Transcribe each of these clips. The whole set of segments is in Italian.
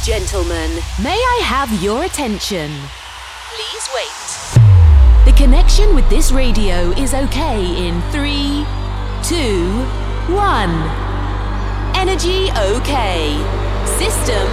Gentlemen, may I have your attention? Please wait. The connection with this radio is okay in 3, 2, 1. Energy okay. System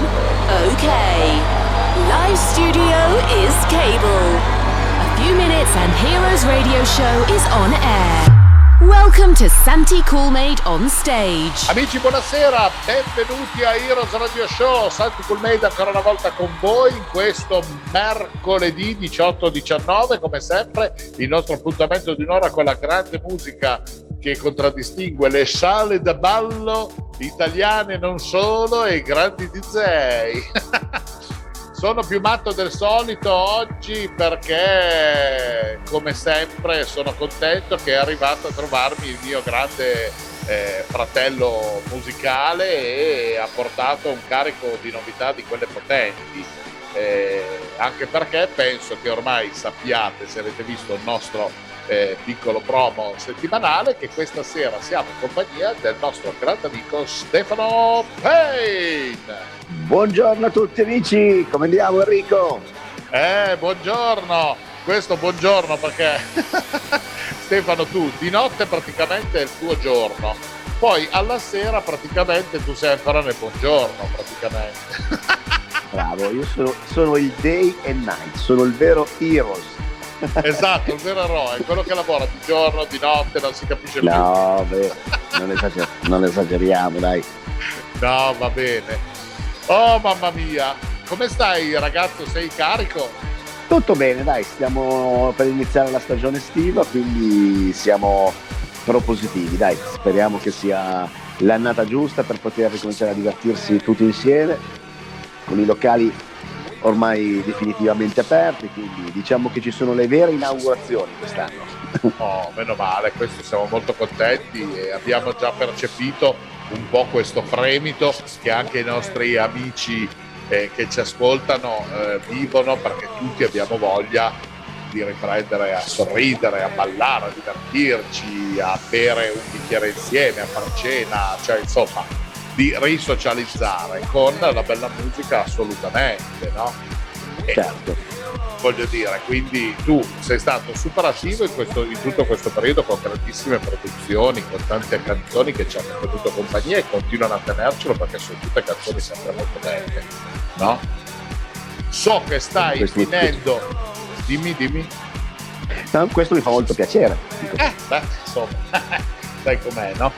okay. Live studio is cable. A few minutes and Heroes Radio Show is on air. Welcome to Santi Coolmade on stage. Amici, buonasera, benvenuti a Heroes Radio Show. Santi Coolmade ancora una volta con voi in questo mercoledì 18-19, come sempre il nostro appuntamento di un'ora con la grande musica che contraddistingue le sale da ballo italiane non solo e i grandi DJ. Sono più matto del solito oggi perché, come sempre, sono contento che è arrivato a trovarmi il mio grande fratello musicale e ha portato un carico di novità di quelle potenti. Anche perché penso che ormai sappiate, se avete visto il nostro piccolo promo settimanale, che questa sera siamo in compagnia del nostro grande amico Stefano Payne. Buongiorno a tutti amici, come andiamo Enrico? Buongiorno, questo buongiorno perché Stefano, tu di notte praticamente è il tuo giorno, poi alla sera praticamente tu sei ancora nel buongiorno praticamente. Bravo, io sono il day and night, sono il vero Heroes. Esatto, il vero eroe, quello che lavora di giorno, di notte, non si capisce più. No, beh, non esageriamo, dai. No, va bene. Oh mamma mia, come stai ragazzo? Sei carico? Tutto bene, dai, stiamo per iniziare la stagione estiva, quindi siamo propositivi, dai, speriamo che sia l'annata giusta per poter ricominciare a divertirsi tutti insieme, con i locali ormai definitivamente aperti, quindi diciamo che ci sono le vere inaugurazioni quest'anno. Oh, meno male, questo siamo molto contenti e abbiamo già percepito un po' questo fremito che anche i nostri amici che ci ascoltano vivono, perché tutti abbiamo voglia di riprendere a sorridere, a ballare, a divertirci, a bere un bicchiere insieme, a far cena, cioè insomma di risocializzare con la bella musica, assolutamente, no? Certo. Voglio dire, quindi tu sei stato super attivo in tutto questo periodo con grandissime produzioni, con tante canzoni che ci hanno tenuto compagnia e continuano a tenercelo perché sono tutte canzoni sempre molto belle, no? So che stai finendo. Dimmi. No, questo mi fa molto piacere. Insomma, sai com'è, no?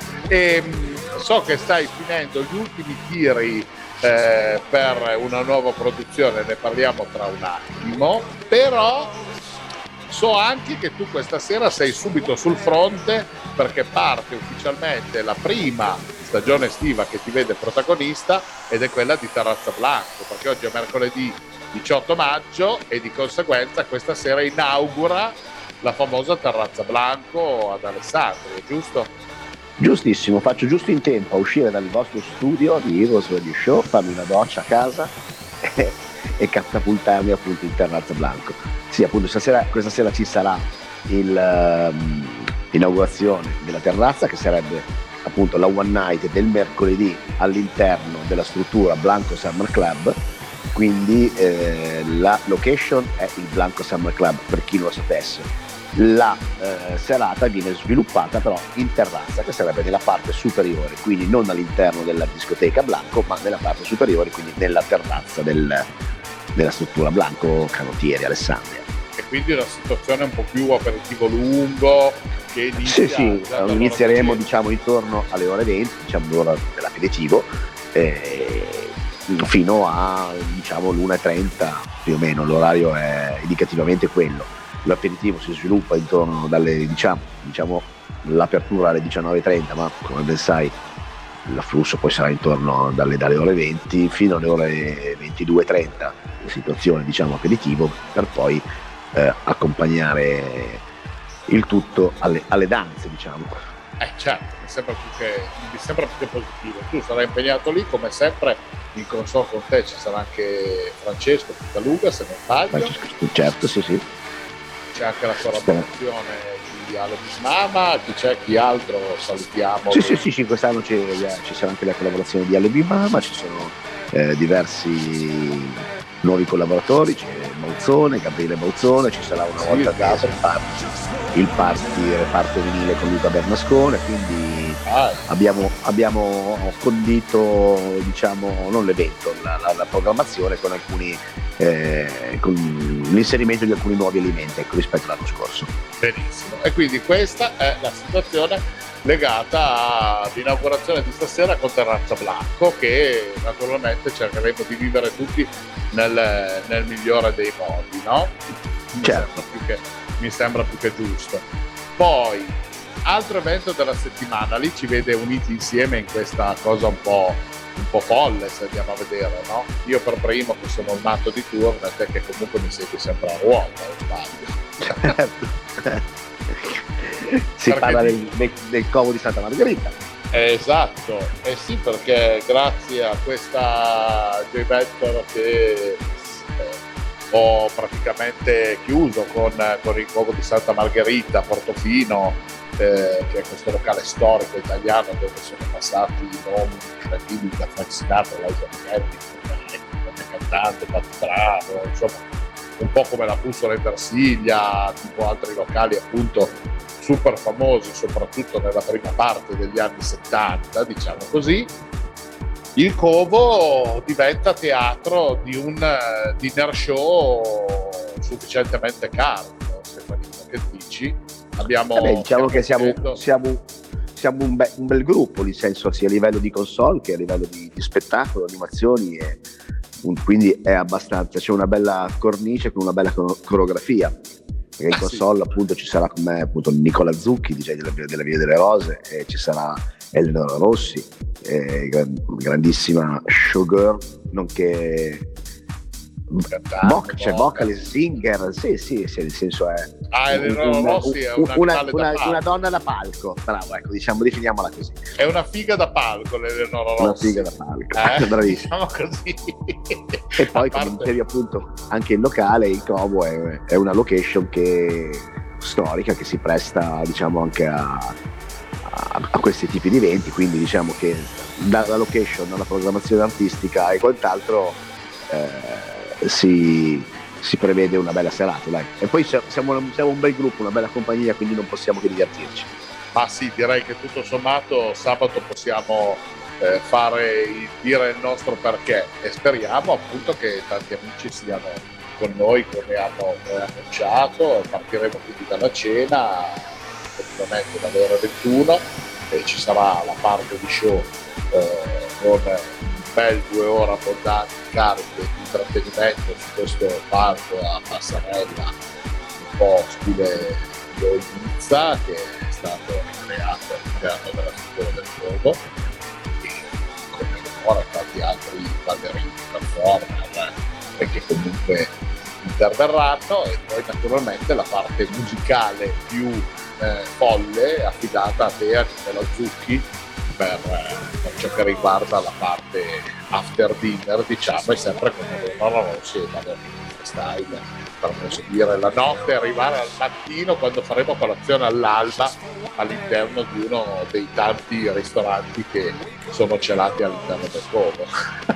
So che stai finendo gli ultimi tiri per una nuova produzione, ne parliamo tra un attimo, però so anche che tu questa sera sei subito sul fronte perché parte ufficialmente la prima stagione estiva che ti vede protagonista ed è quella di Terrazza Blanco, perché oggi è mercoledì 18 maggio e di conseguenza questa sera inaugura la famosa Terrazza Blanco ad Alessandria, giusto? Giustissimo, faccio giusto in tempo a uscire dal vostro studio di Heroes Radio Show, farmi una doccia a casa e catapultarmi appunto in Terrazza Blanco. Sì, appunto questa sera ci sarà l'inaugurazione della terrazza, che sarebbe appunto la one night del mercoledì all'interno della struttura Blanco Summer Club, quindi la location è il Blanco Summer Club, per chi non lo sapesse. La serata viene sviluppata però in terrazza, che sarebbe nella parte superiore, quindi non all'interno della discoteca Blanco, ma nella parte superiore, quindi nella terrazza della struttura Blanco Canottieri Alessandria. E quindi una situazione un po' più aperitivo lungo che inizia. Sì, inizieremo diciamo intorno alle ore 20, diciamo l'ora dell'aperitivo, fino a diciamo l'1:30 più o meno, l'orario è indicativamente quello. L'aperitivo si sviluppa intorno dalle diciamo l'apertura alle 19:30, ma come ben sai l'afflusso poi sarà intorno dalle ore 20 fino alle ore 22:30, situazione diciamo aperitivo, per poi accompagnare il tutto alle danze, diciamo. Certo, mi sembra più che positivo. Tu sarai impegnato lì come sempre, in console con te ci sarà anche Francesco Pittaluga, se non sbaglio. Certo, sì. C'è anche la collaborazione di Ale Bismama, chi altro salutiamo? Sì, quest'anno ci sarà anche la collaborazione di Ale Bismama, ci sono diversi nuovi collaboratori, c'è Mauzzone, Gabriele Mauzzone, ci sarà una volta a caso il reparto vinile con Luca Bernascone, quindi abbiamo condito, diciamo, non l'evento, la programmazione con con l'inserimento di alcuni nuovi elementi, ecco, rispetto all'anno scorso. Benissimo, e quindi questa è la situazione legata all'inaugurazione di stasera con Terrazza Blanco, che naturalmente cercheremo di vivere tutti nel migliore dei modi, no? Certo. Mi sembra più che giusto. Poi, altro evento della settimana, lì ci vede uniti insieme in questa cosa un po' folle, se andiamo a vedere, no? Io per primo, che sono un matto di turno, te che comunque mi segui sempre a ruota, si parla del covo di Santa Margherita. Esatto, sì, perché grazie a questa joint venture che ho praticamente chiuso con il covo di Santa Margherita a Portofino, che è questo locale storico italiano dove sono passati i nomi incredibili da Frank Sinatra, Liza Minnelli, come cantante, Patti Bravo, insomma un po' come la Bussola in Versiglia, tipo altri locali appunto super famosi, soprattutto nella prima parte degli anni 70, diciamo così. Il Covo diventa teatro di un dinner show sufficientemente carico, Stefanino, che dici? Diciamo che siamo un bel gruppo, nel senso sia a livello di console che a livello di spettacolo, animazioni, quindi è abbastanza, c'è una bella cornice con una bella coreografia, perché in console appunto ci sarà con me appunto Nicola Zucchi, DJ della Via delle Rose, e ci sarà Eleonora Rossi, grandissima showgirl, nonché vocalist, singer, sì, nel senso è Eleonora Rossi è una donna da palco, bravo, ecco, definiamola così. È una figa da palco l'Eleonora Rossi. Una figa da palco, bravissimo. Diciamo così. E poi come dicevi appunto anche il locale, il Covo è una location storica che si presta, diciamo, anche a questi tipi di eventi, quindi diciamo che dalla location alla programmazione artistica e quant'altro si prevede una bella serata, dai. E poi siamo un bel gruppo, una bella compagnia, quindi non possiamo che divertirci. Ma sì, direi che tutto sommato sabato possiamo dire il nostro perché, e speriamo appunto che tanti amici siano con noi come hanno annunciato. Partiremo quindi dalla cena praticamente dalle ore 21 e ci sarà la parte di show con bel 2 ore abbondanti, cariche di intrattenimento su questo palco a passerella un po' stile Ibiza, che è stato creato all'interno della struttura del Covo, e come ancora tanti altri ballerini, performer che comunque interverranno, e poi naturalmente la parte musicale più folle affidata a te, a Nicola Zucchi, per ciò che riguarda la parte after dinner, diciamo, e sempre con Eleonora Rossi e ballerini style, per proseguire la notte e arrivare al mattino quando faremo colazione all'alba all'interno di uno dei tanti ristoranti che sono celati all'interno del Covo.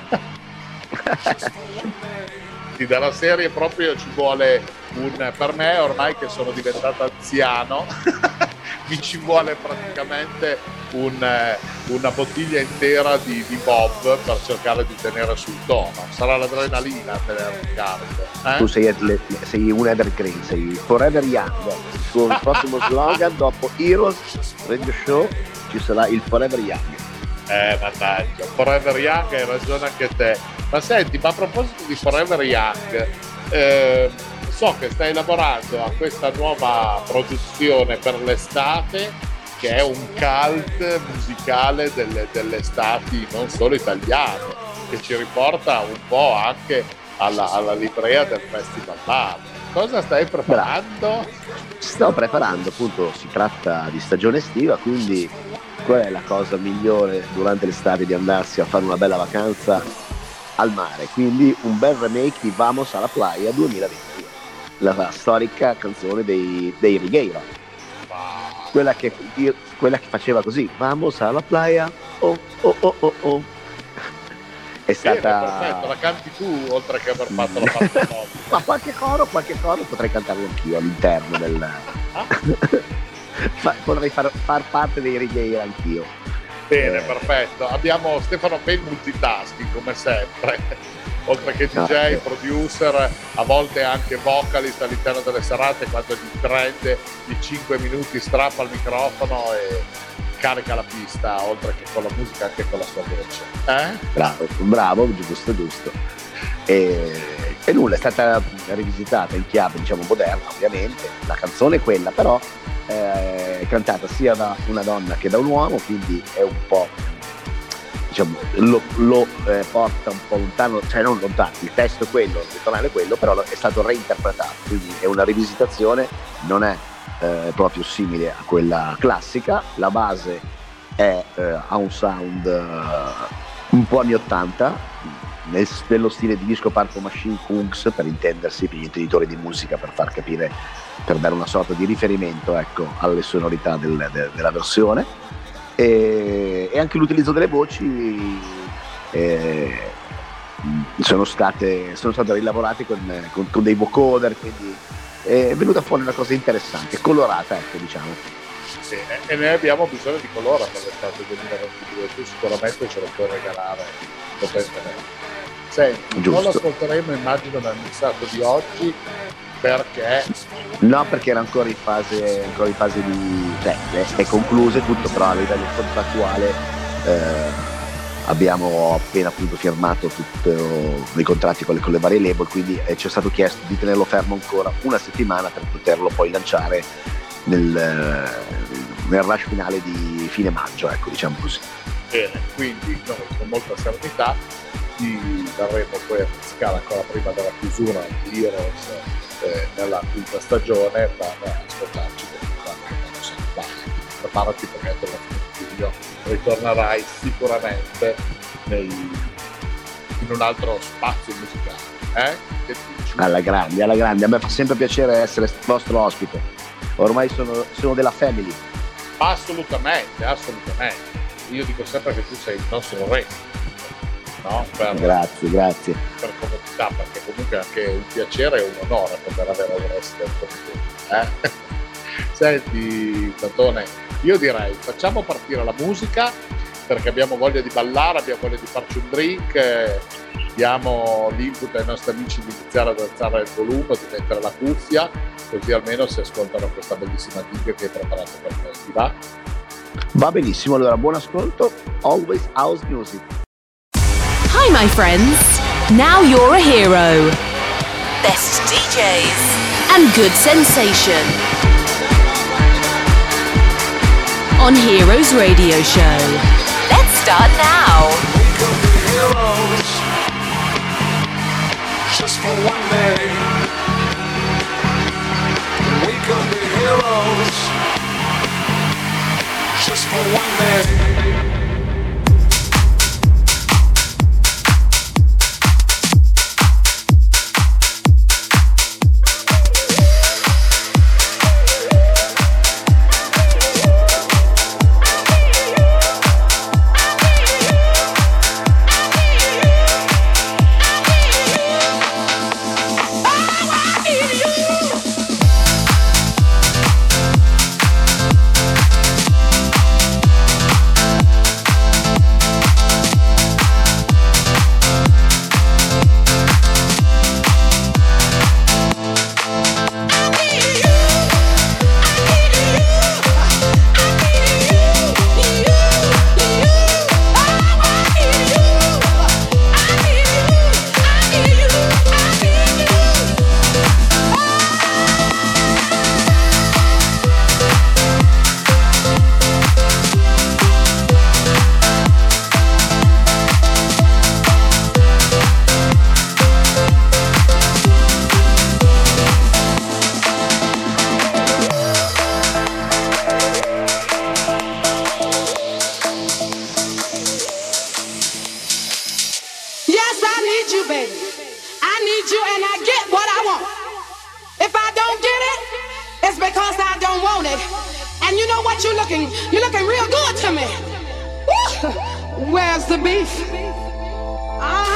Dalla serie proprio ci vuole per me, ormai che sono diventato anziano, mi ci vuole praticamente una bottiglia intera di Bob per cercare di tenere sul tono. Sarà l'adrenalina a tenere il carico. Tu sei un evergreen, sei forever young. Il suo prossimo slogan dopo Heroes Radio Show ci sarà il forever young. Mannaggia, Forever Young, hai ragione anche te. Ma senti, ma a proposito di Forever Young, so che stai lavorando a questa nuova produzione per l'estate, che è un cult musicale delle estati non solo italiane, che ci riporta un po' anche alla livrea del Festival Bar. Cosa stai preparando? Sto preparando, appunto, si tratta di stagione estiva, quindi qual è la cosa migliore durante l'estate di andarsi a fare una bella vacanza al mare? Quindi un bel remake di Vamos a la Playa 2022, la storica canzone dei Righeira, quella che faceva così: Vamos a la Playa, oh oh oh oh oh. è stata... Perfetto, la canti tu oltre che aver fatto la parte nuova. Ma qualche coro potrei cantarlo anch'io all'interno del... potrei far parte dei reggae anch'io. Bene, perfetto. Abbiamo Stefano ben multitasking come sempre, oltre che DJ, producer, a volte anche vocalist all'interno delle serate, quando gli prende di 5 minuti strappa il microfono e carica la pista, oltre che con la musica anche con la sua voce. Bravo, giusto. E nulla, è stata rivisitata in chiave, diciamo, moderna, ovviamente. La canzone è quella, però è cantata sia da una donna che da un uomo, quindi è un po', diciamo, lo porta un po' lontano, cioè non lontano, il testo è quello, il tonale è quello, però è stato reinterpretato, quindi è una rivisitazione, non è proprio simile a quella classica. La base ha un sound un po' anni 80, nello stile di Disco Parco Machine Kungs, per intendersi, per gli intenditori di musica, per far capire, per dare una sorta di riferimento, ecco, alle sonorità della versione, e anche l'utilizzo delle voci sono state rilavorate con dei vocoder, quindi è venuta fuori una cosa interessante, colorata, ecco, diciamo. Sì, e noi abbiamo bisogno di colore per l'estate 2022, tu sicuramente ce lo puoi regalare potentemente. Senti, non lo ascolteremo, immagino, nel mixato di oggi, perché? No, perché era ancora in fase di... cioè, è concluso tutto, però a livello contrattuale abbiamo appena appunto firmato tutti i contratti con le varie label, quindi ci è stato chiesto di tenerlo fermo ancora una settimana per poterlo poi lanciare nel rush finale di fine maggio, ecco, diciamo così. Bene, quindi noi con molta serenità ti daremo poi a fiscale ancora prima della chiusura di Heroes nella quinta stagione, per ascoltarci preparati, perché entro la fine di luglio ritornerai sicuramente in un altro spazio musicale, Che dici? Alla grande, a me fa sempre piacere essere vostro ospite, ormai sono della family. Assolutamente, io dico sempre che tu sei il nostro re, no? Grazie. Per comodità, perché comunque è anche un piacere e un onore poter avere un resident come te. Senti, Tatone, io direi facciamo partire la musica, perché abbiamo voglia di ballare, abbiamo voglia di farci un drink, diamo l'input ai nostri amici di iniziare ad alzare il volume, di mettere la cuffia, così almeno si ascoltano questa bellissima gig che hai preparato per noi. Ti va? Va benissimo, allora buon ascolto. Always house music. Hi my friends, now you're a hero. Best DJs and good sensation on Heroes Radio Show. Let's start now. We could be heroes just for one day. We could be heroes just for one day. You're looking real good to me. Woo! Where's the beef?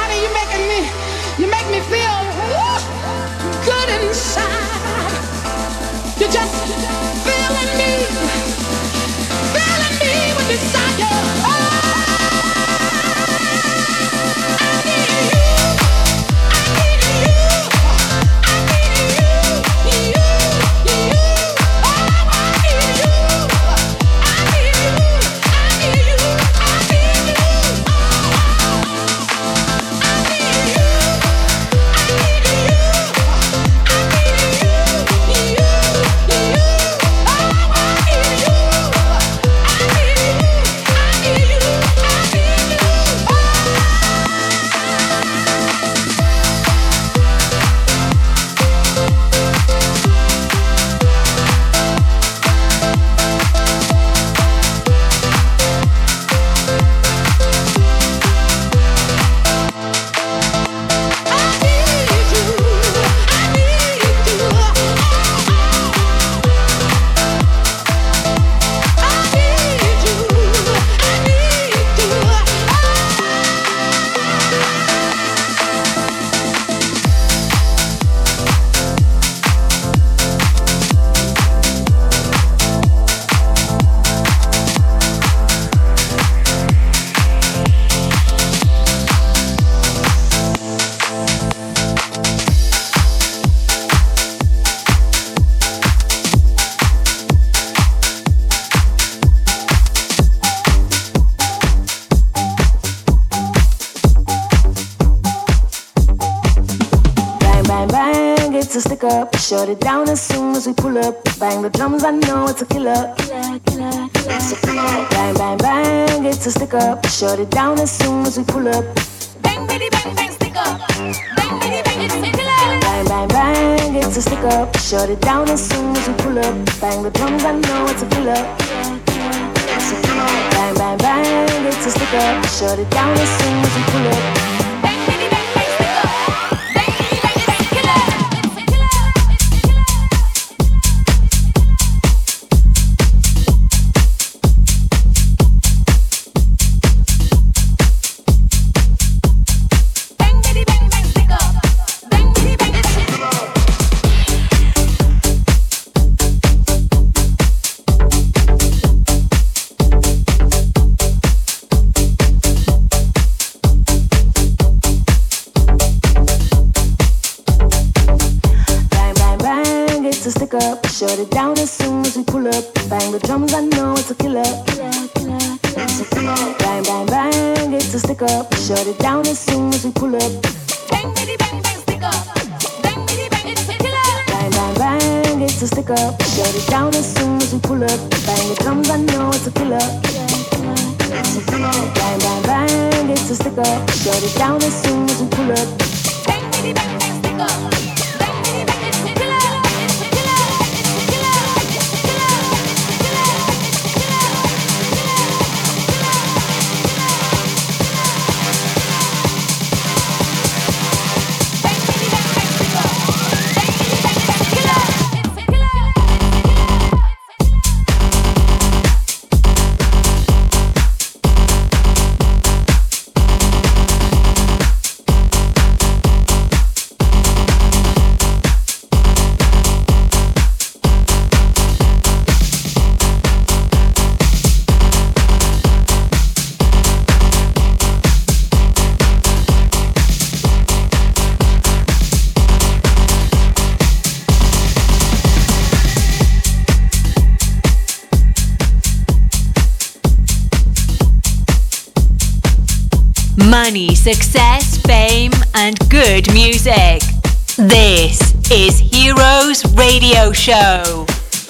it's a stick up. Shut it down as soon as we pull up. Bang the drums, I know it's a killer. Bang, bang, bang, it's a stick up. Shut it down as soon as we pull up. Bang, bitty, bang, bang, stick up. Bang, bitty, bang, it's a killer. Bang, bang, bang, it's a stick up. Shut it down as soon as we pull up. Bang the drums, I know it's a killer. Bang, bang, bang, it's a stick up. Shut it down as soon as we pull up. Bang, bitty, bang, bang, stick up. Bang, bitty, bang, it's a killer. Shut it down as soon as we pull up. Bang the drums, I know it's a killer. Bang, bang, bang, it's a stick up. Shut it down as soon as we pull up. Bang, bitty, bang, bang, stick up. Bang, bitty, bang, it's a killer. Bang, bang, bang, it's a stick up. Shut it down as soon as we pull up. Bang the drums, I know it's a killer. Bang, bang, bang, it's a stick up. Shut it down as soon as we pull up. Bang, bitty, bang, bang, stick up. Bang, bitty, bang, it's a killer. Money, success, fame, and good music. This is Heroes Radio Show.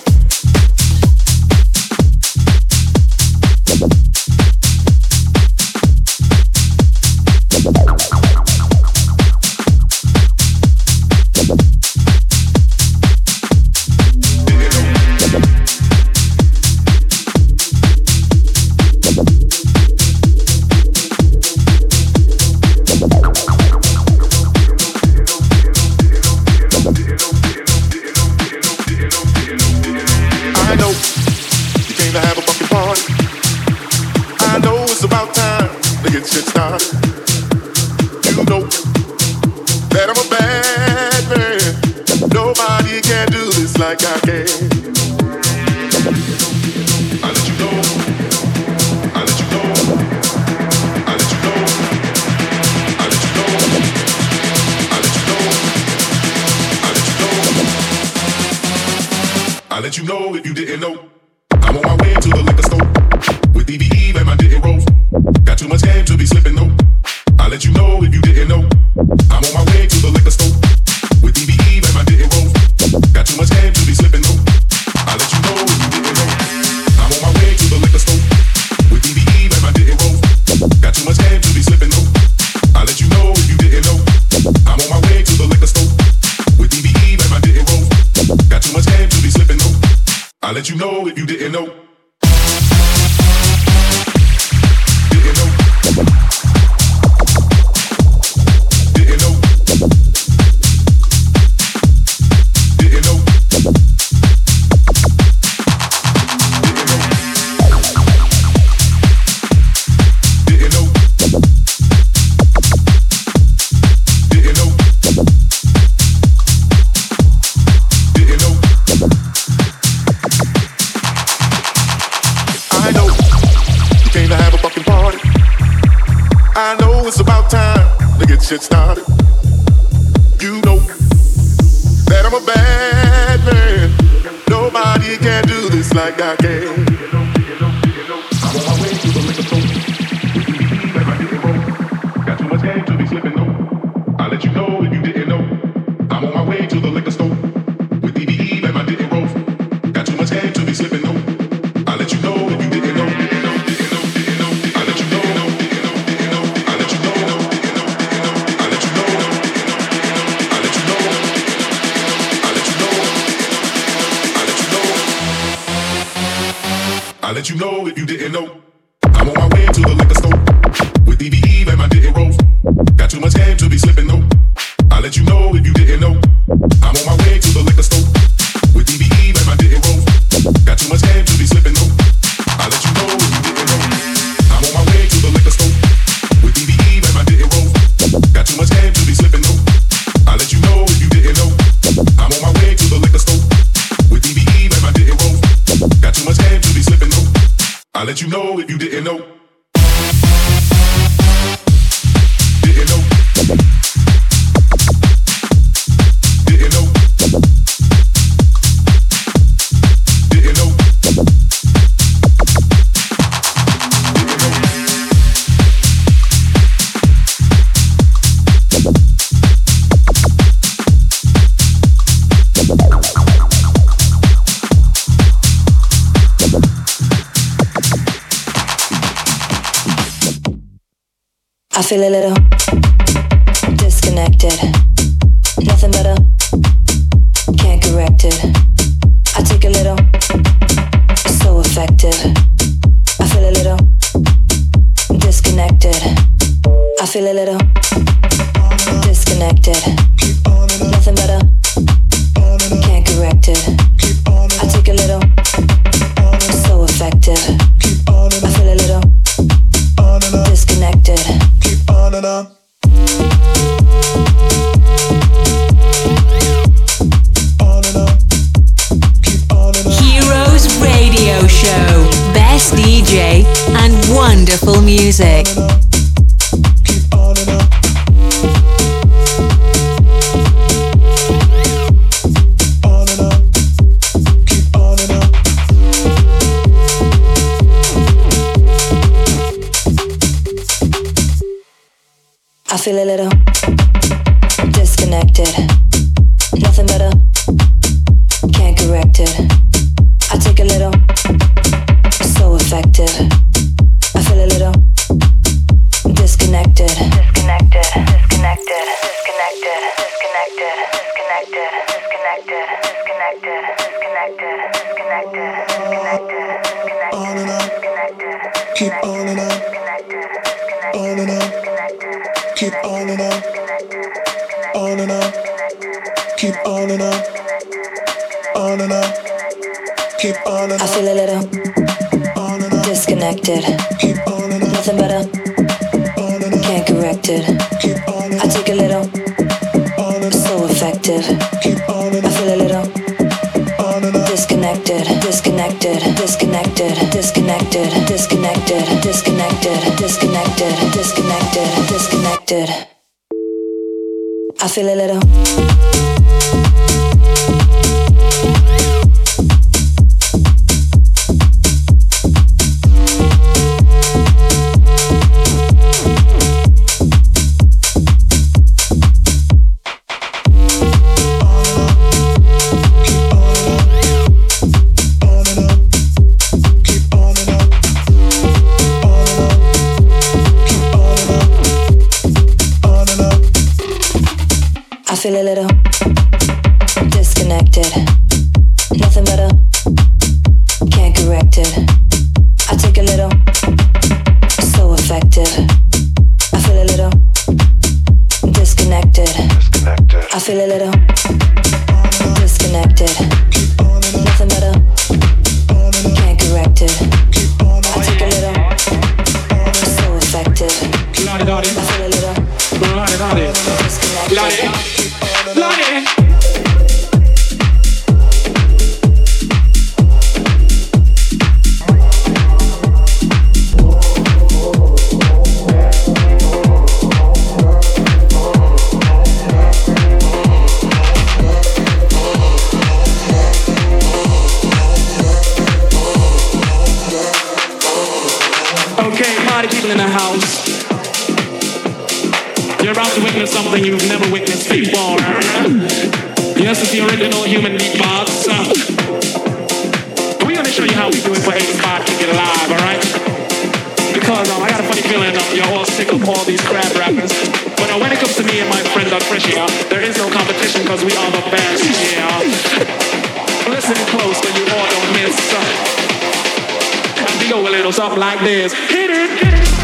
Shit started. You know that I'm a bad man. Nobody can do this like I can. I'm on my way to the liquor store. Like I didn't roll. Got too much game to be slipping though. I'll let you know if you didn't know. I'm on my way to the liquor store. let you know if you didn't know. I'm on my way to the liquor store with BBE and my didn't rolls. Got too much game to be slipping, no. I'll let you know if you didn't know. I'm on my way to the liquor store with BBE and my didn't rolls. Got too much game to be slipping, no. I'll let you know if you didn't know. I'm on my way to the liquor store with BBE and my didn't rolls. Got too much game to be slipping, no. I'll let you know if you didn't know. I'm on my way to the liquor store with BBE and my didn't rolls. Got too much game to be slipping, no. I'll let you know if you didn't know. Didn't know. Didn't know. Didn't know. I feel a little disconnected. Nothing better, can't correct it. I take a little, so effective. I feel a little disconnected. I feel a little disconnected. Nothing better, can't correct it. I take a little, so effective. I feel a little disconnected. Keep on and on. Heroes Radio Show. Best DJ and wonderful music. Keep on and on. On and on. Keep on and on. I feel a little disconnected. Nothing better, can't correct it. I take a little, so effective. I feel a little disconnected. Disconnected, disconnected, disconnected, disconnected, disconnected, disconnected, disconnected, disconnected, disconnected, disconnected, disconnected, On and on. disconnected. Keep on and on. On and on. Keep on and on. On and on. Keep on and on. On and on. Keep on and I on. feel a little On and on. disconnected. Keep on and on. Nothing better, On and on. can't correct it. Keep on and I on. take a little, On and on. so effective. Keep on and I on. feel a little On and on. disconnected, disconnected, disconnected, disconnected, disconnected, disconnected, disconnected, disconnected, disconnected. I feel a little. I feel a little disconnected. Nothing better, can't correct it. I take a little, so effective. I feel a little disconnected. I feel a little disconnected. Nothing better, can't correct it. I take a little, so effective. I feel a little disconnected. Okay, party people in the house. You're about to witness something you've never witnessed before. Yes, it's the original human beatbox. We're gonna show you how we do it for 85 to get alive, alright? Because I got a funny feeling you're all sick of all these crap rappers. But when it comes to me and my friend Fresh here, there is no competition because we are the best, yeah. Listen close so you all don't miss. And little something like this. Hit it, hit it.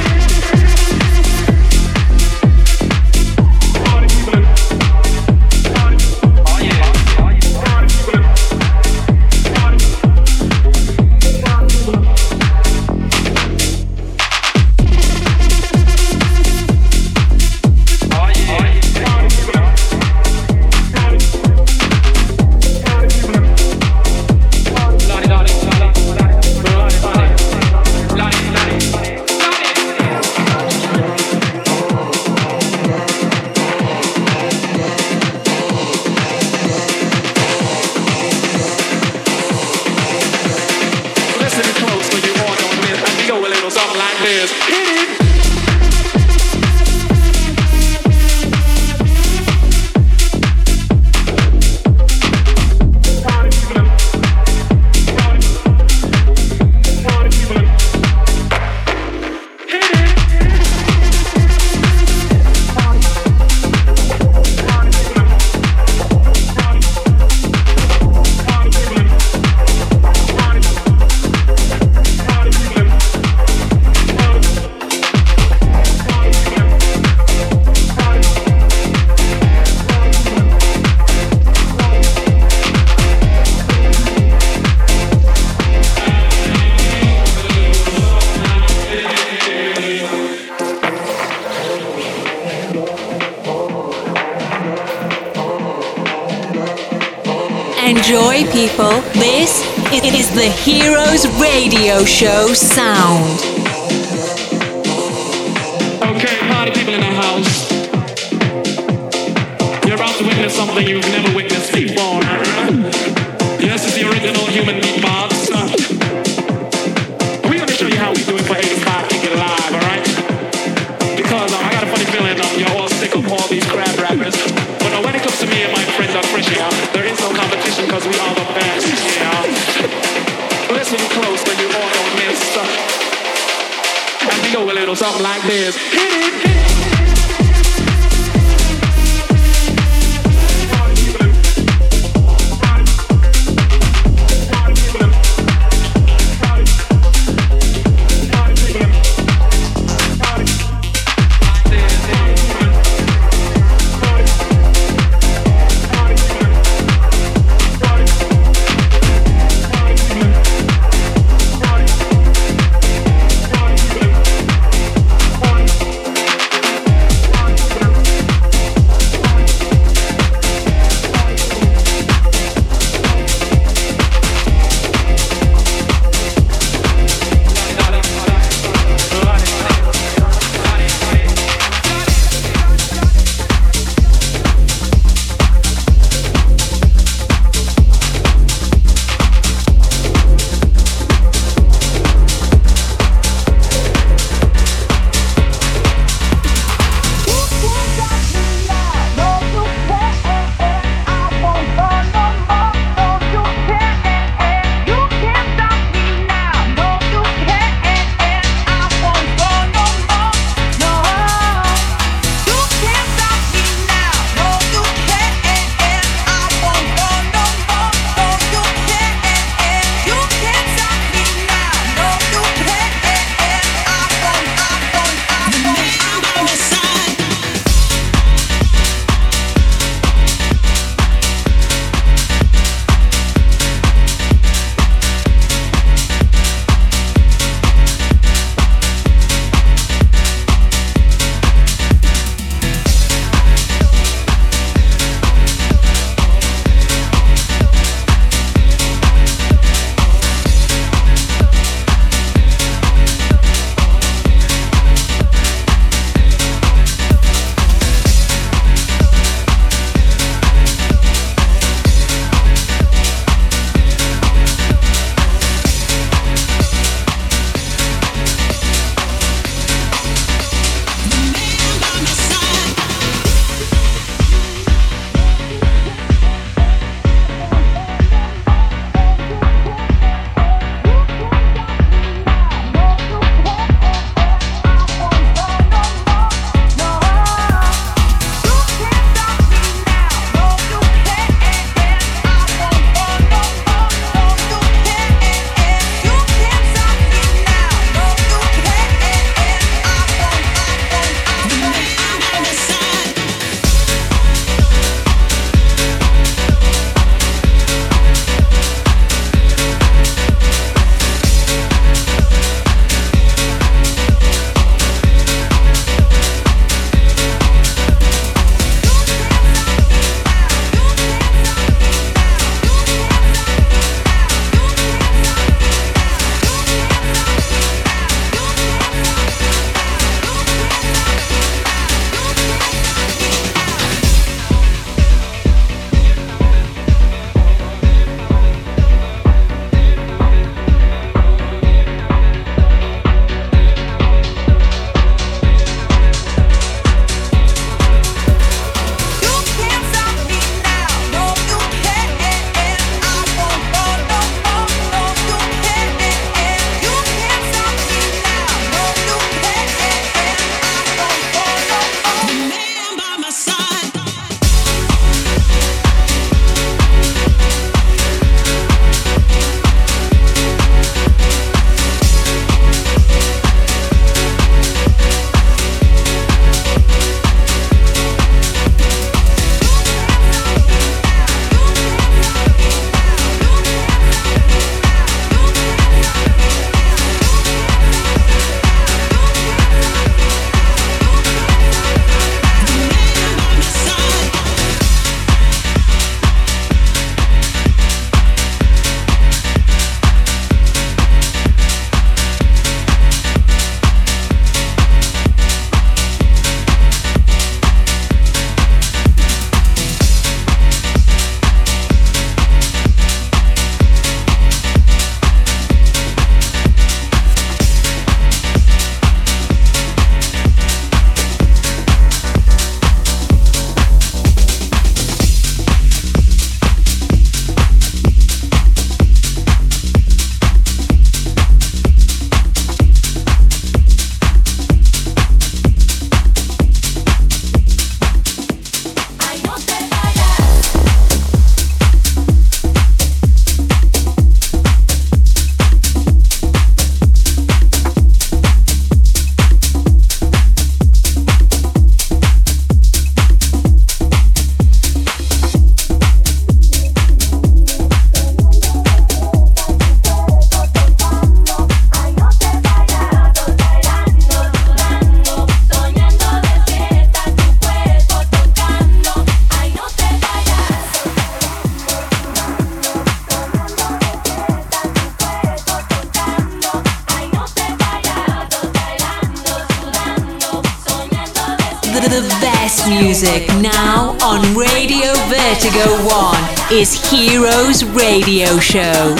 Enjoy, people. This is the Heroes Radio Show sound. Okay, party people in the house. You're about to witness something you've never witnessed before. Yes, it's the original human beatbox. We're gonna show you how we do it for 85 to get alive, alright? Because I got a funny feeling you're all sick of all these crab rappers. But when it comes to me and my friends on Fresh Air, there is no competition because we are the best, yeah. Listen close so you all don't miss. And we go a little something like this. Hit it, hit it. best music now on Radio Vertigo 1 is Heroes Radio Show.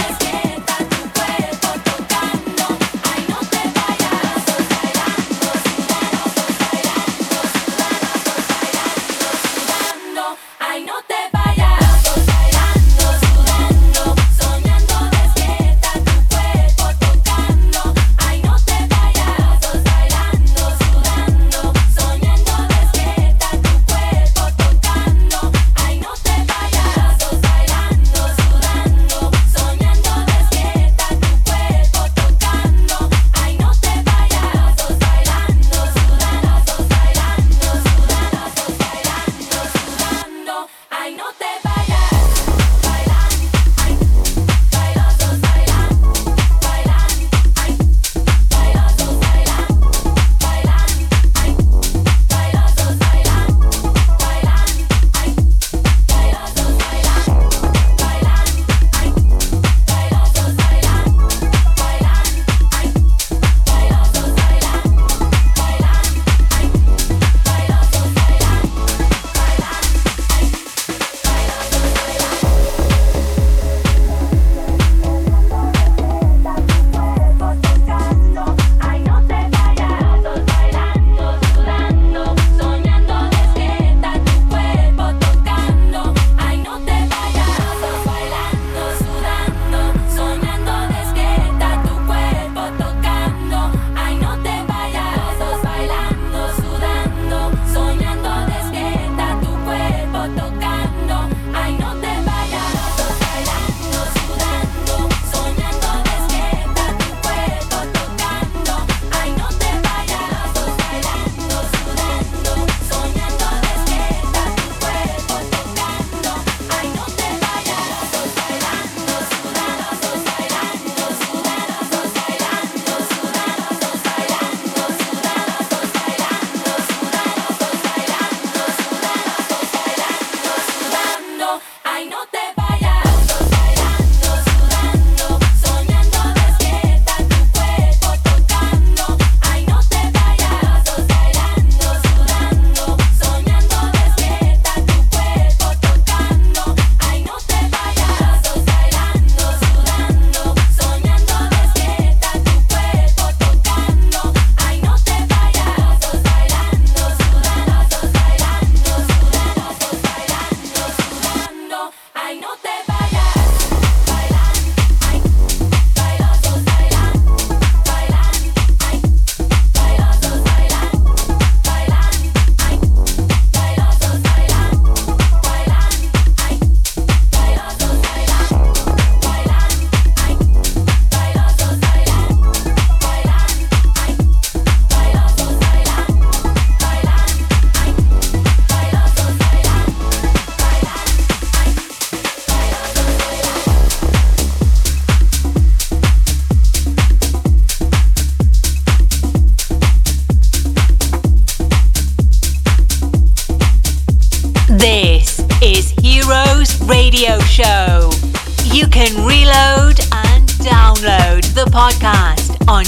Radio Show. You can reload and download the podcast on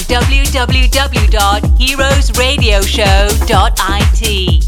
www.heroesradioshow.it.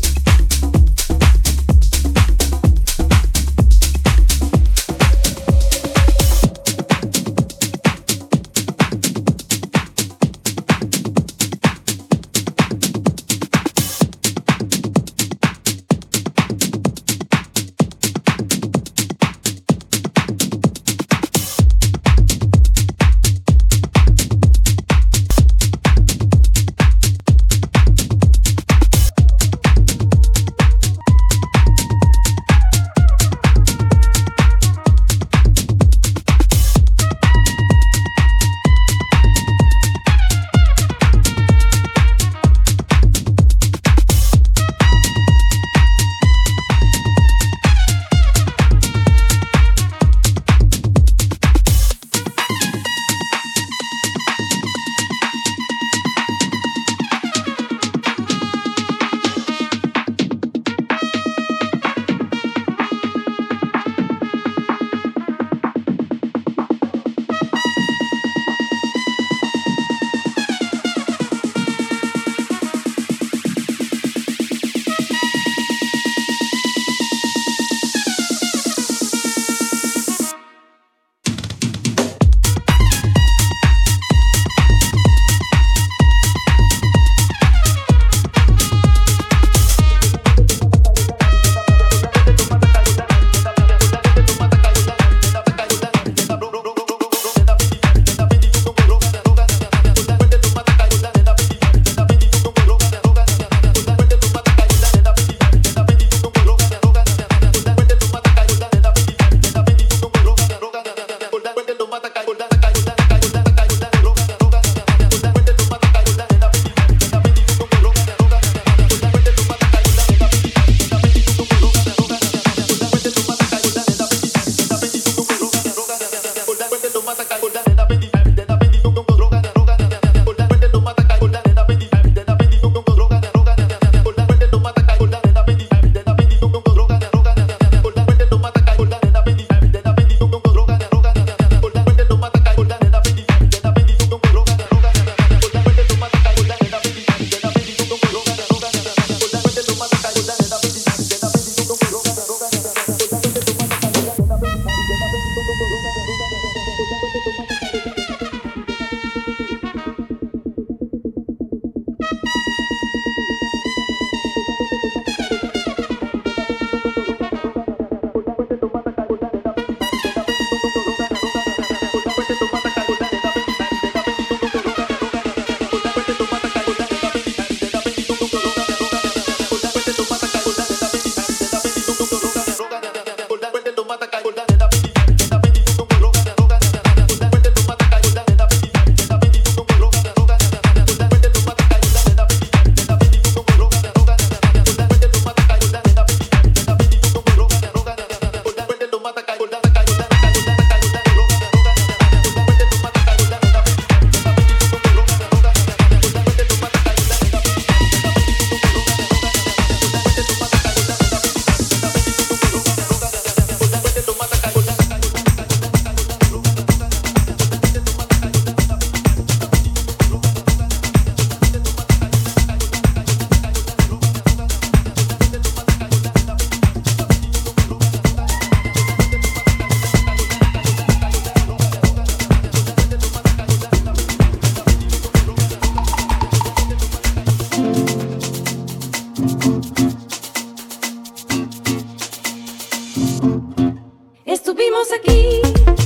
Estuvimos aquí,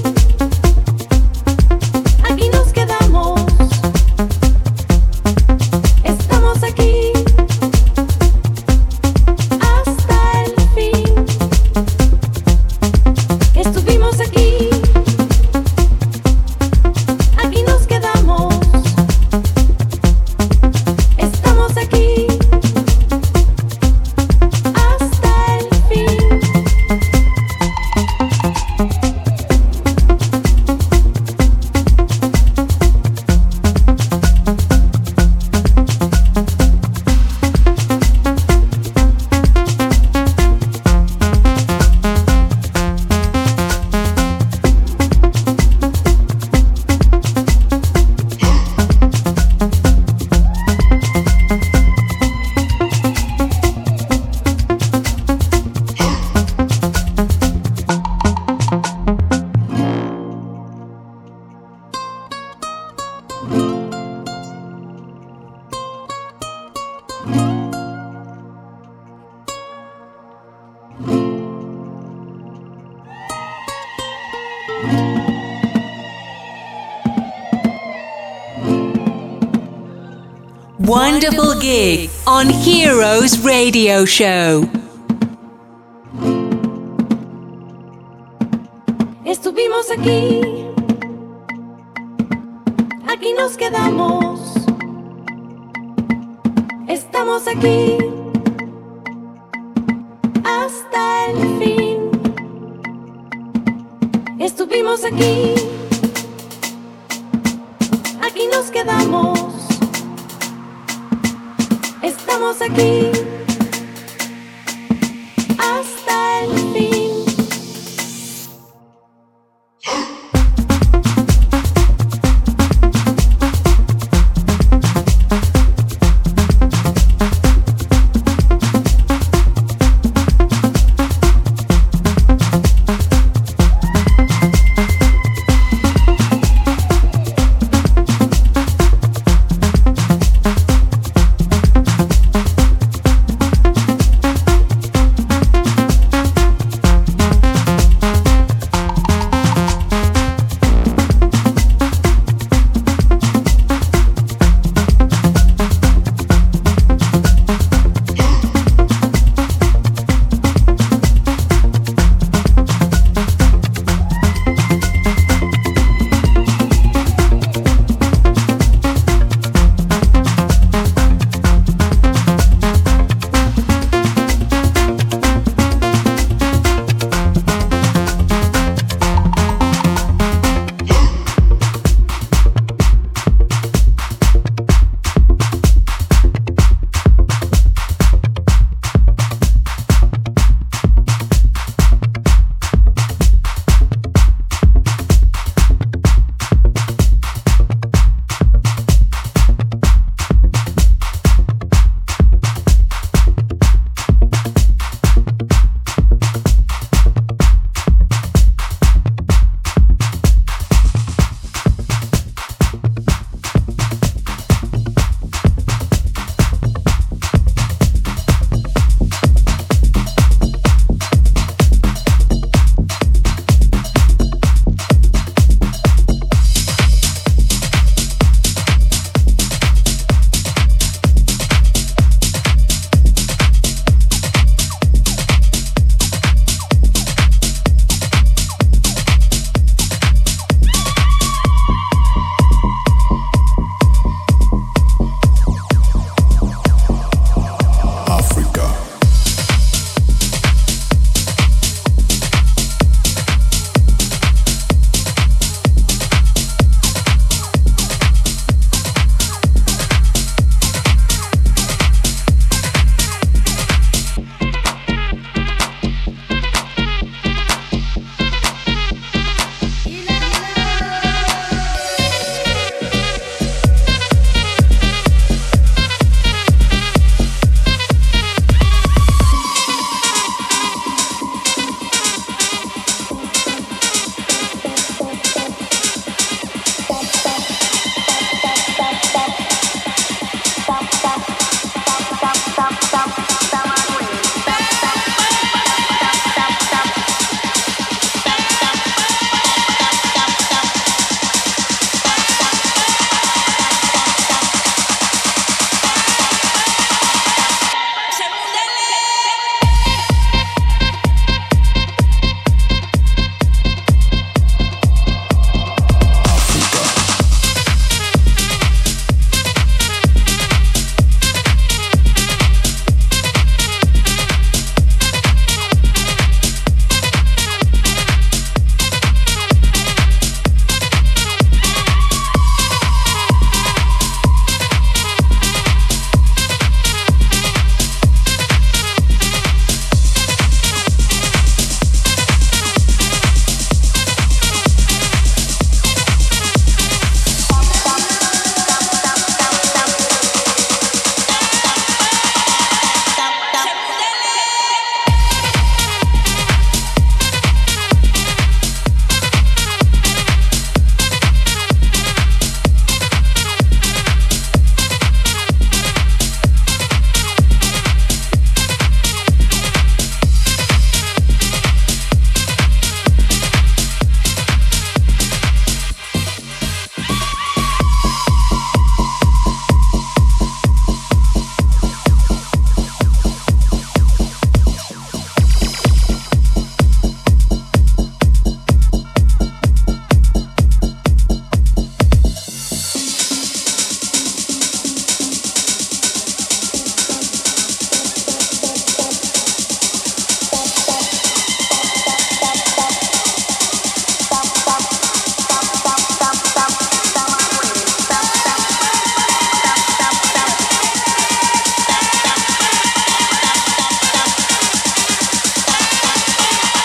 aquí nos quedamos. Estamos aquí hasta el fin. Estuvimos aquí, aquí nos quedamos. Estamos aquí hasta el fin. Wonderful gig on Heroes Radio Show. Estuvimos aquí, aquí nos quedamos. Estamos aquí hasta el fin. Estuvimos aquí, aquí nos quedamos. Estamos aquí hasta el fin.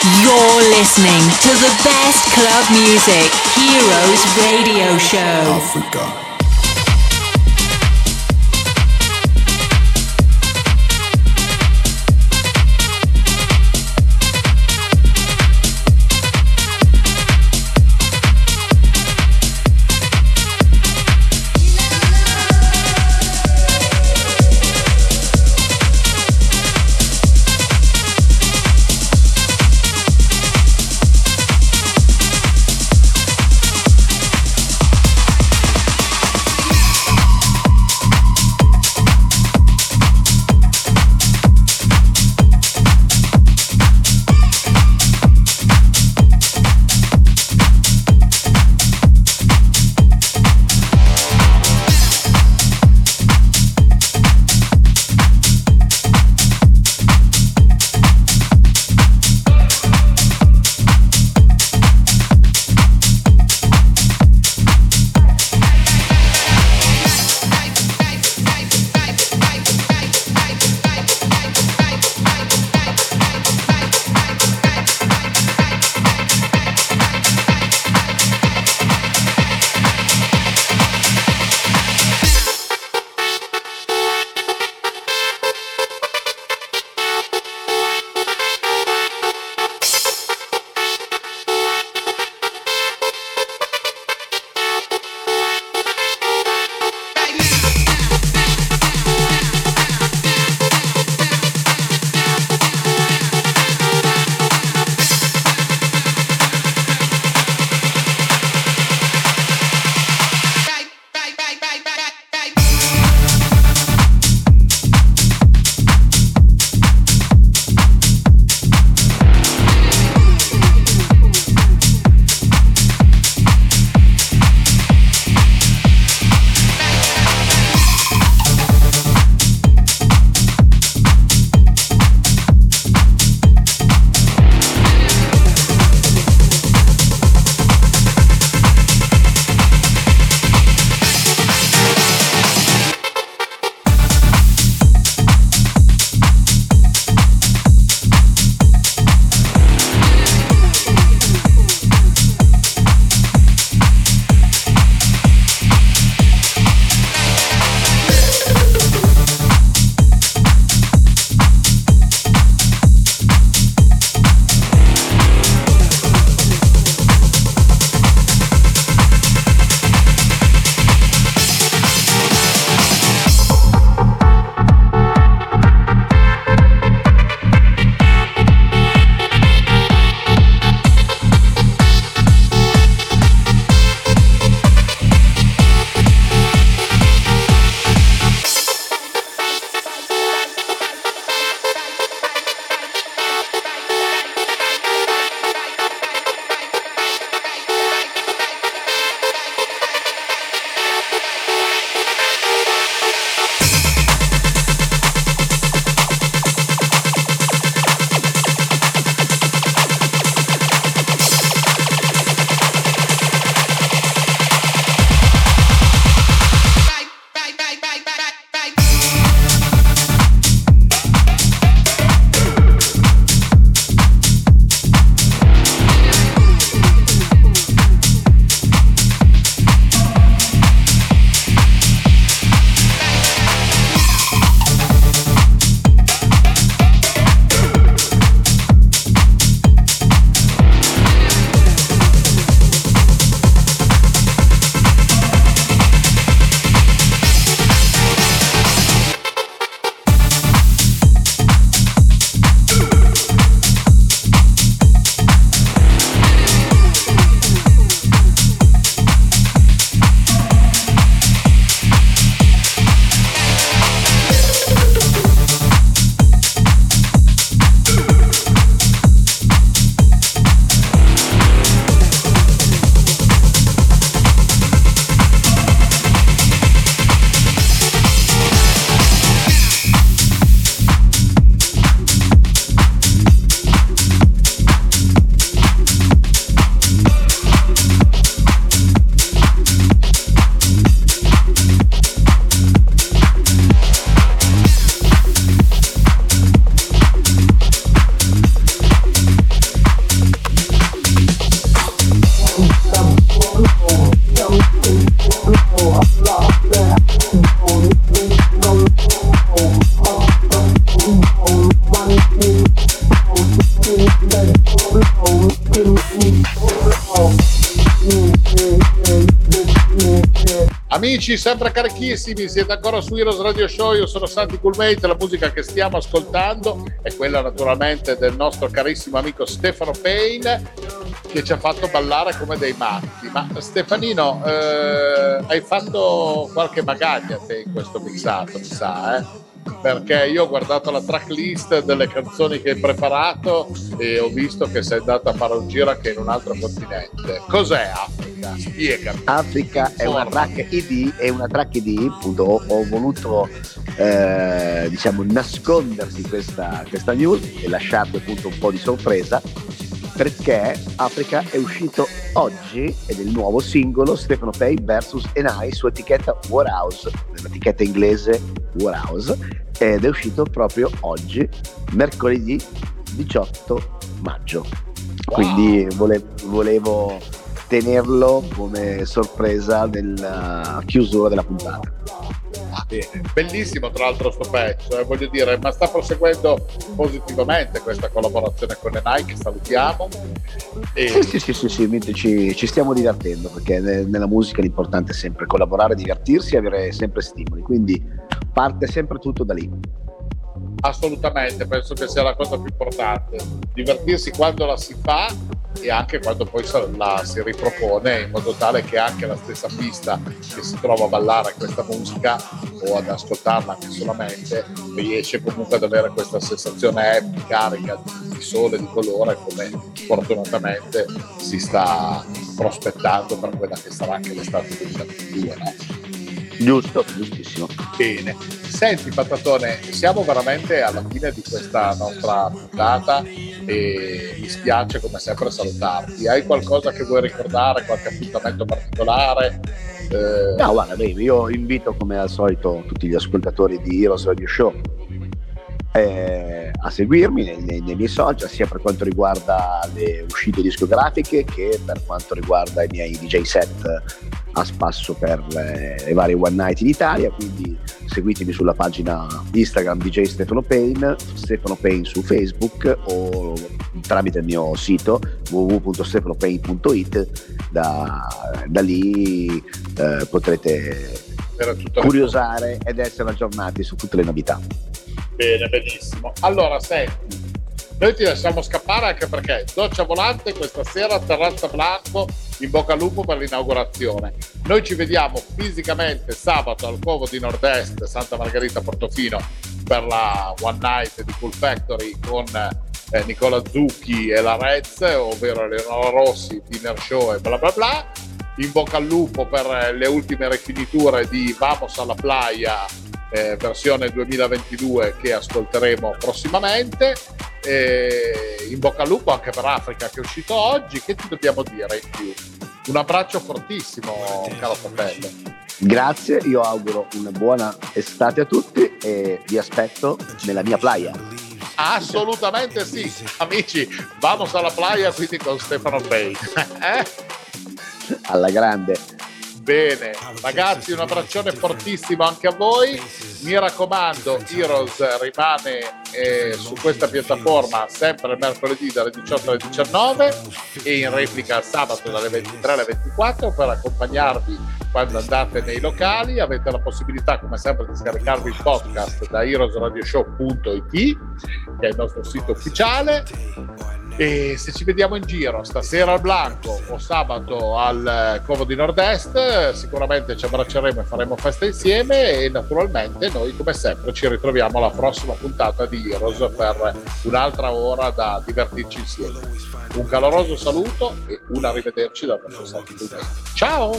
You're listening to the best club music, Heroes Radio Show. Africa. Amici, sempre carichissimi, siete ancora su Heroes Radio Show, io sono Santi Coolmate, la musica che stiamo ascoltando è quella naturalmente del nostro carissimo amico Stefano Payne, che ci ha fatto ballare come dei matti. Ma Stefanino, hai fatto qualche magaglia te in questo mixato, mi sa, Perché io ho guardato la tracklist delle canzoni che hai preparato e ho visto che sei andato a fare un giro anche in un altro continente. Cos'è Africa? Spiegami. Africa è una track ED, appunto ho voluto diciamo nascondersi questa news e lasciarvi appunto un po' di sorpresa, perché Africa è uscito oggi ed è il nuovo singolo Stefano Pay vs Enai su etichetta Warhouse, l'etichetta inglese Warhouse, ed è uscito proprio oggi, mercoledì 18 maggio. Wow. Quindi volevo tenerlo come sorpresa nella chiusura della puntata. Bene. Bellissimo tra l'altro sto pezzo, voglio dire, ma sta proseguendo positivamente questa collaborazione con Enai, che salutiamo. Sì, ci stiamo divertendo, perché nella musica l'importante è sempre collaborare, divertirsi e avere sempre stimoli, quindi parte sempre tutto da lì. Assolutamente, penso che sia la cosa più importante, divertirsi quando la si fa e anche quando poi la si ripropone, in modo tale che anche la stessa pista che si trova a ballare questa musica o ad ascoltarla anche solamente riesce comunque ad avere questa sensazione carica di sole, di colore, come fortunatamente si sta prospettando per quella che sarà anche l'estate 2022, no? Giusto, giustissimo. Bene, senti Patatone, siamo veramente alla fine di questa nostra puntata e mi spiace come sempre salutarti. Hai qualcosa che vuoi ricordare, qualche appuntamento particolare? No, guarda, io invito come al solito tutti gli ascoltatori di Heroes Radio Show a seguirmi nei miei social, sia per quanto riguarda le uscite discografiche che per quanto riguarda i miei DJ set a spasso per le varie One Night in Italia. Quindi seguitemi sulla pagina Instagram DJ Stefano Payne su Facebook, o tramite il mio sito www.stefanopayne.it. Da lì potrete curiosare ed essere aggiornati su tutte le novità. Bene, benissimo. Allora, senti, noi ti lasciamo scappare anche perché doccia volante questa sera a Terrazza Blanco, in bocca al lupo per l'inaugurazione. Noi ci vediamo fisicamente sabato al Covo di Nord-Est, Santa Margherita Portofino, per la One Night di Cool Factory con Nicola Zucchi e la Rez, ovvero Eleonora Rossi, dinner show e bla bla bla. In bocca al lupo per le ultime rifiniture di Vamos alla Playa versione 2022 che ascolteremo prossimamente. In bocca al lupo anche per Africa che è uscito oggi. Che ti dobbiamo dire in più? Un abbraccio fortissimo, caro fratello. Grazie, io auguro una buona estate a tutti e vi aspetto nella mia playa. Assolutamente sì, amici, vamos alla playa quindi con Stefano Payne. Alla grande. Bene, ragazzi, un abbraccione fortissimo anche a voi. Mi raccomando, Heroes rimane su questa piattaforma sempre il mercoledì dalle 18 alle 19 e in replica sabato dalle 23 alle 24 per accompagnarvi quando andate nei locali. Avete la possibilità come sempre di scaricarvi il podcast da heroesradioshow.it, che è il nostro sito ufficiale. E se ci vediamo in giro stasera al Blanco o sabato al Covo di Nord-Est, sicuramente ci abbracceremo e faremo festa insieme, e naturalmente noi come sempre ci ritroviamo alla prossima puntata di Heroes per un'altra ora da divertirci insieme. Un caloroso saluto e un arrivederci dal nostro Santi Coolmate. Ciao!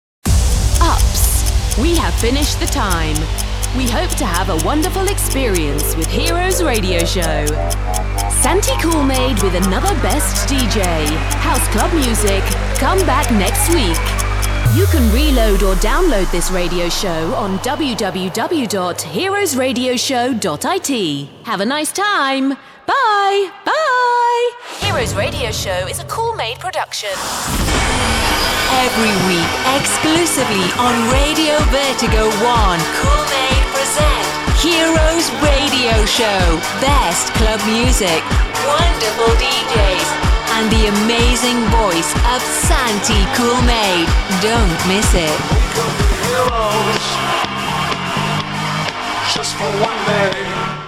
Ups, we have finished the time. We hope to have a wonderful experience with Heroes Radio Show. Santi Coolmade with another best DJ, House Club Music. Come back next week. You can reload or download this radio show on www.heroesradioshow.it. Have a nice time. Bye. Bye. Heroes Radio Show is a Coolmade production. Every week, exclusively on Radio Vertigo 1, Coolmade present Heroes Radio Show. Best club music, wonderful DJs, and the amazing voice of Santi Coolmade. Don't miss it. heroes just for one day.